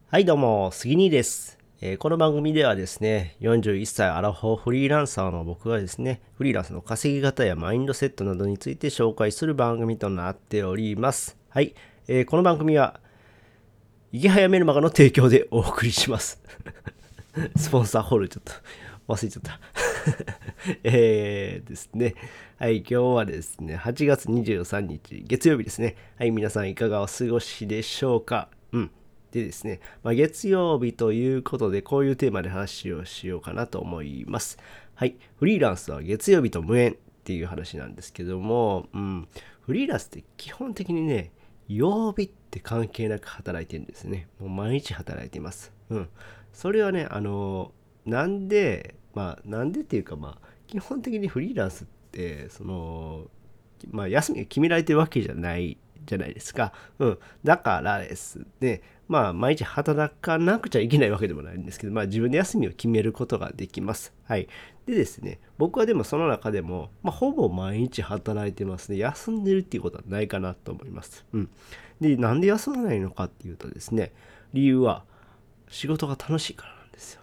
はいどうも、杉兄です。この番組ではですね、41歳アラフォーフリーランサーの僕がですね、フリーランスの稼ぎ方やマインドセットなどについて紹介する番組となっております。はい、この番組は、池早メルマガの提供でお送りします。スポンサーホールちょっと忘れちゃった。ですね。はい、今日はですね、8月23日、月曜日ですね。はい、皆さんいかがお過ごしでしょうか。でですね、月曜日ということで、こういうテーマで話をしようかなと思います。はい、フリーランスは月曜日と無縁っていう話なんですけども、フリーランスって基本的にね、曜日って関係なく働いてるんですね。もう毎日働いています。それはね、なんでっていうか、基本的にフリーランスって、休みが決められてるわけじゃないじゃないですか。だからですね、毎日働かなくちゃいけないわけでもないんですけど、自分で休みを決めることができます。はい。でですね、僕はでもその中でも、ほぼ毎日働いてますね。休んでるっていうことはないかなと思います。で、なんで休まないのかっていうとですね、理由は仕事が楽しいからなんですよ。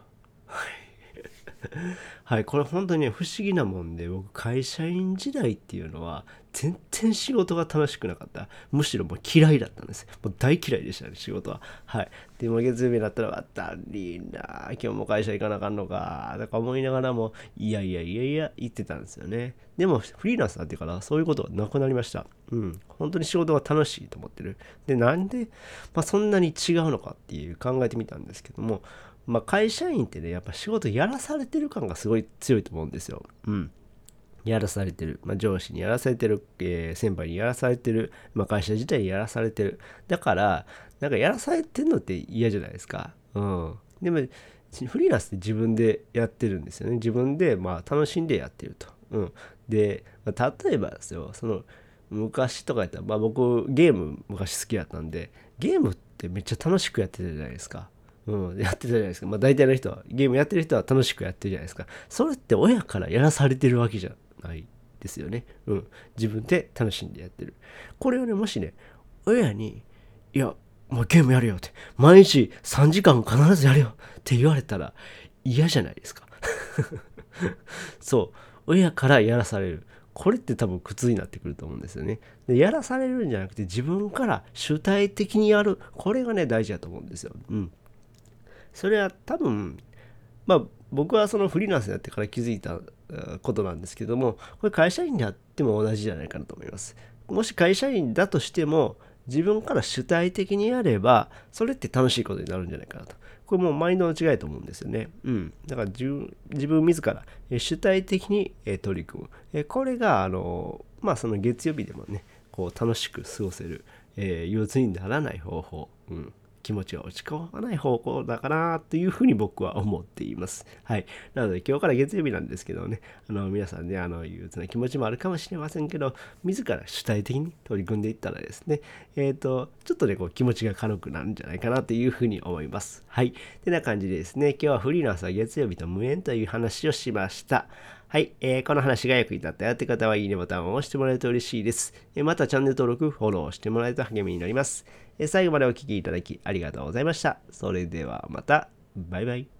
はい、これ本当にね、不思議なもんで、僕、会社員時代っていうのは、全然仕事が楽しくなかった。むしろもう嫌いだったんです。もう大嫌いでしたね、仕事は。はい。でも月曜日になったら、だりーな、今日も会社行かなあかんのか、とか思いながらも、いや、言ってたんですよね。でも、フリーランスになってから、そういうことがなくなりました。本当に仕事が楽しいと思ってる。で、なんで、そんなに違うのかっていう考えてみたんですけども、会社員ってね、やっぱ仕事やらされてる感がすごい強いと思うんですよ。やらされてる。上司にやらされてる、先輩にやらされてる。会社自体にやらされてる。だから、なんかやらされてるのって嫌じゃないですか。でも、フリーランスって自分でやってるんですよね。自分で、楽しんでやってると。で、例えばですよ、昔とかやったら、僕、ゲーム昔好きだったんで、ゲームってめっちゃ楽しくやってたじゃないですか。やってたじゃないですか。大体の人は、ゲームやってる人は楽しくやってるじゃないですか。それって親からやらされてるわけじゃないですよね。自分で楽しんでやってる。これをね、もしね、親に、いや、もうゲームやるよって、毎日3時間必ずやるよって言われたら嫌じゃないですか。そう。親からやらされる。これって多分苦痛になってくると思うんですよね。で、やらされるんじゃなくて自分から主体的にやる。これがね、大事だと思うんですよ。それは多分、僕はそのフリーランスになってから気づいたことなんですけども、これ会社員であっても同じじゃないかなと思います。もし会社員だとしても、自分から主体的にやれば、それって楽しいことになるんじゃないかなと。これもうマインドの違いと思うんですよね。だから自分自ら主体的に取り組む。これが、その月曜日でもね、こう楽しく過ごせる、憂鬱にならない方法。気持ちが落ち込まない方向だかなというふうに僕は思っています。はい。なので今日から月曜日なんですけどね、皆さんね、憂鬱な気持ちもあるかもしれませんけど、自ら主体的に取り組んでいったらですね、ちょっとね、こう気持ちが軽くなるんじゃないかなというふうに思います。はい。てな感じでですね、今日はフリーランスは月曜日と無縁という話をしました。はい、この話が役に立ったよって方はいいねボタンを押してもらえると嬉しいです。またチャンネル登録、フォローしてもらえると励みになります。最後までお聴きいただきありがとうございました。それではまた。バイバイ。